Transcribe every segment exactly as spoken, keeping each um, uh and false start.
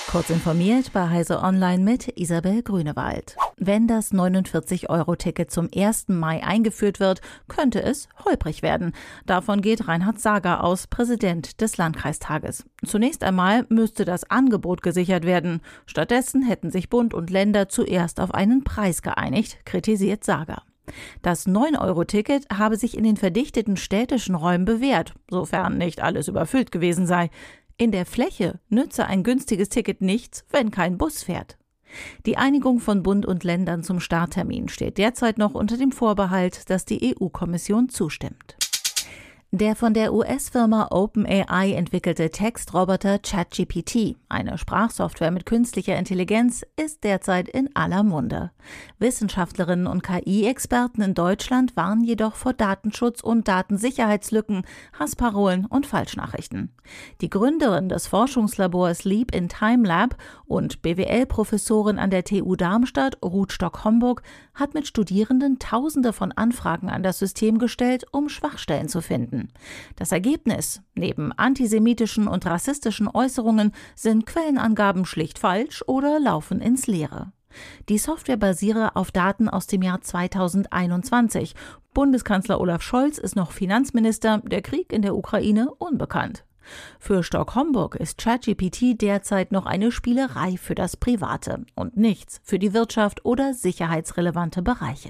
Kurz informiert bei Heise Online mit Isabel Grünewald. Wenn das neunundvierzig-Euro-Ticket zum ersten Mai eingeführt wird, könnte es holprig werden. Davon geht Reinhard Sager aus, Präsident des Landkreistages. Zunächst einmal müsste das Angebot gesichert werden. Stattdessen hätten sich Bund und Länder zuerst auf einen Preis geeinigt, kritisiert Sager. Das neun-Euro-Ticket habe sich in den verdichteten städtischen Räumen bewährt, sofern nicht alles überfüllt gewesen sei. In der Fläche nütze ein günstiges Ticket nichts, wenn kein Bus fährt. Die Einigung von Bund und Ländern zum Starttermin steht derzeit noch unter dem Vorbehalt, dass die E U-Kommission zustimmt. Der von der U S-Firma OpenAI entwickelte Textroboter ChatGPT, eine Sprachsoftware mit künstlicher Intelligenz, ist derzeit in aller Munde. Wissenschaftlerinnen und K I-Experten in Deutschland warnen jedoch vor Datenschutz- und Datensicherheitslücken, Hassparolen und Falschnachrichten. Die Gründerin des Forschungslabors Leap in Time Lab und B W L-Professorin an der T U Darmstadt, Ruth Stock-Homburg, hat mit Studierenden Tausende von Anfragen an das System gestellt, um Schwachstellen zu finden. Das Ergebnis: Neben antisemitischen und rassistischen Äußerungen sind Quellenangaben schlicht falsch oder laufen ins Leere. Die Software basiere auf Daten aus dem Jahr zweitausendeinundzwanzig. Bundeskanzler Olaf Scholz ist noch Finanzminister, der Krieg in der Ukraine unbekannt. Für Stock-Homburg ist ChatGPT derzeit noch eine Spielerei für das Private und nichts für die Wirtschaft oder sicherheitsrelevante Bereiche.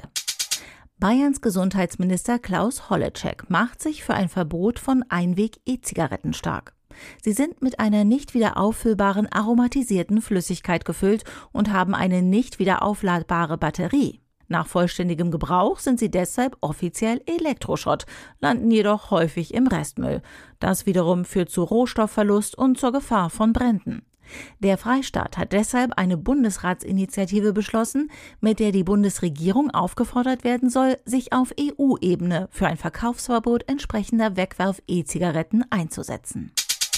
Bayerns Gesundheitsminister Klaus Holleczek macht sich für ein Verbot von Einweg-E-Zigaretten stark. Sie sind mit einer nicht wieder auffüllbaren aromatisierten Flüssigkeit gefüllt und haben eine nicht wieder aufladbare Batterie. Nach vollständigem Gebrauch sind sie deshalb offiziell Elektroschrott, landen jedoch häufig im Restmüll. Das wiederum führt zu Rohstoffverlust und zur Gefahr von Bränden. Der Freistaat hat deshalb eine Bundesratsinitiative beschlossen, mit der die Bundesregierung aufgefordert werden soll, sich auf E U-Ebene für ein Verkaufsverbot entsprechender Wegwerf-E-Zigaretten einzusetzen.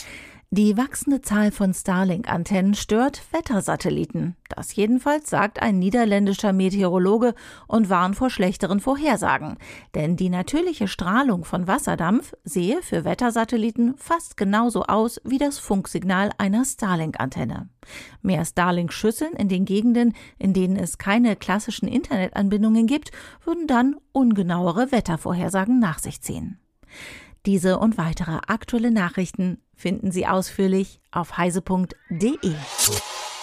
Die wachsende Zahl von Starlink-Antennen stört Wettersatelliten. Das jedenfalls sagt ein niederländischer Meteorologe und warnt vor schlechteren Vorhersagen. Denn die natürliche Strahlung von Wasserdampf sehe für Wettersatelliten fast genauso aus wie das Funksignal einer Starlink-Antenne. Mehr Starlink-Schüsseln in den Gegenden, in denen es keine klassischen Internetanbindungen gibt, würden dann ungenauere Wettervorhersagen nach sich ziehen. Diese und weitere aktuelle Nachrichten finden Sie ausführlich auf heise punkt de.